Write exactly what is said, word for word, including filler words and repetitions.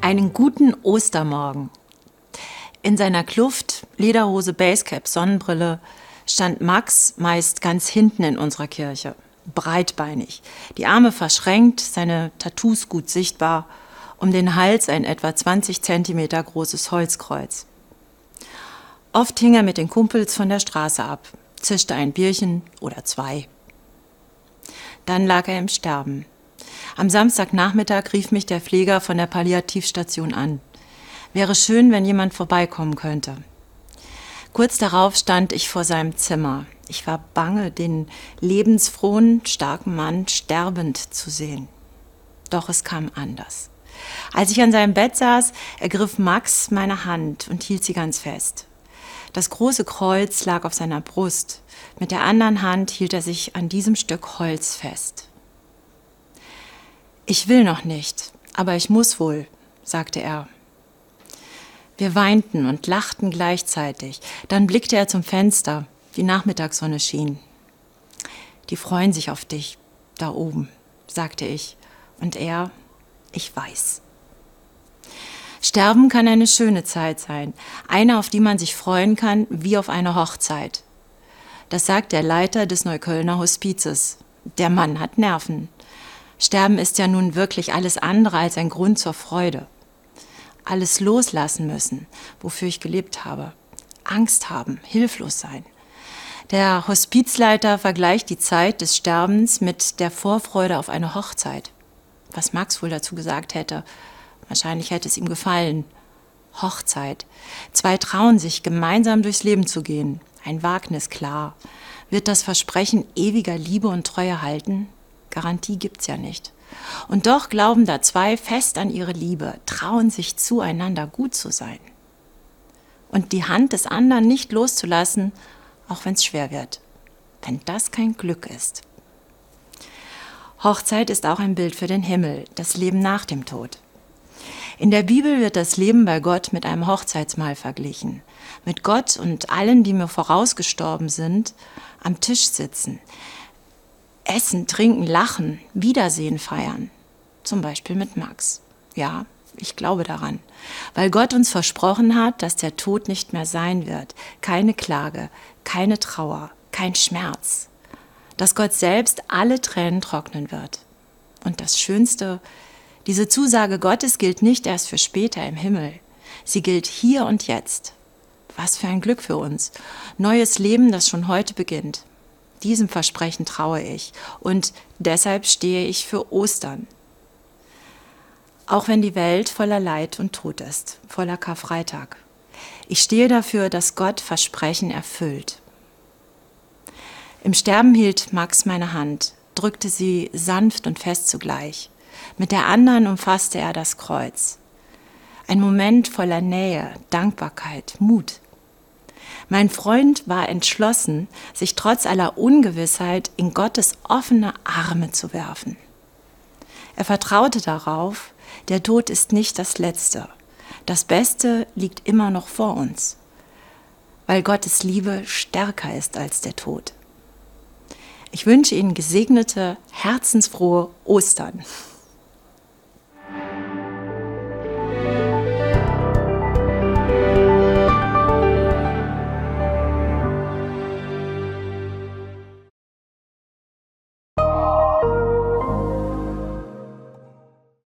Einen guten Ostermorgen. In seiner Kluft, Lederhose, Basecap, Sonnenbrille stand Max meist ganz hinten in unserer Kirche. Breitbeinig, die Arme verschränkt, seine Tattoos gut sichtbar, um den Hals ein etwa zwanzig Zentimeter großes Holzkreuz. Oft hing er mit den Kumpels von der Straße ab, zischte ein Bierchen oder zwei. Dann lag er im Sterben. Am Samstagnachmittag rief mich der Pfleger von der Palliativstation an. Wäre schön, wenn jemand vorbeikommen könnte. Kurz darauf stand ich vor seinem Zimmer. Ich war bange, den lebensfrohen, starken Mann sterbend zu sehen. Doch es kam anders. Als ich an seinem Bett saß, ergriff Max meine Hand und hielt sie ganz fest. Das große Kreuz lag auf seiner Brust. Mit der anderen Hand hielt er sich an diesem Stück Holz fest. »Ich will noch nicht, aber ich muss wohl«, sagte er. Wir weinten und lachten gleichzeitig. Dann blickte er zum Fenster. Die Nachmittagssonne schien. »Die freuen sich auf dich, da oben«, sagte ich. Und er, »Ich weiß.« Sterben kann eine schöne Zeit sein, eine, auf die man sich freuen kann, wie auf eine Hochzeit. Das sagt der Leiter des Neuköllner Hospizes. Der Mann hat Nerven. Sterben ist ja nun wirklich alles andere als ein Grund zur Freude. Alles loslassen müssen, wofür ich gelebt habe. Angst haben, hilflos sein. Der Hospizleiter vergleicht die Zeit des Sterbens mit der Vorfreude auf eine Hochzeit. Was Max wohl dazu gesagt hätte, wahrscheinlich hätte es ihm gefallen. Hochzeit. Zwei trauen sich, gemeinsam durchs Leben zu gehen. Ein Wagnis, klar. Wird das Versprechen ewiger Liebe und Treue halten? Garantie gibt's ja nicht. Und doch glauben da zwei fest an ihre Liebe, trauen sich zueinander gut zu sein. Und die Hand des anderen nicht loszulassen, auch wenn es schwer wird. Wenn das kein Glück ist. Hochzeit ist auch ein Bild für den Himmel, das Leben nach dem Tod. In der Bibel wird das Leben bei Gott mit einem Hochzeitsmahl verglichen. Mit Gott und allen, die mir vorausgestorben sind, am Tisch sitzen. Essen, trinken, lachen, Wiedersehen feiern. Zum Beispiel mit Max. Ja, ich glaube daran. Weil Gott uns versprochen hat, dass der Tod nicht mehr sein wird. Keine Klage, keine Trauer, kein Schmerz. Dass Gott selbst alle Tränen trocknen wird. Und das Schönste, diese Zusage Gottes gilt nicht erst für später im Himmel. Sie gilt hier und jetzt. Was für ein Glück für uns. Neues Leben, das schon heute beginnt. Diesem Versprechen traue ich und deshalb stehe ich für Ostern. Auch wenn die Welt voller Leid und Tod ist, voller Karfreitag. Ich stehe dafür, dass Gott Versprechen erfüllt. Im Sterben hielt Max meine Hand, drückte sie sanft und fest zugleich. Mit der anderen umfasste er das Kreuz. Ein Moment voller Nähe, Dankbarkeit, Mut. Mein Freund war entschlossen, sich trotz aller Ungewissheit in Gottes offene Arme zu werfen. Er vertraute darauf, der Tod ist nicht das Letzte. Das Beste liegt immer noch vor uns, weil Gottes Liebe stärker ist als der Tod. Ich wünsche Ihnen gesegnete, herzensfrohe Ostern.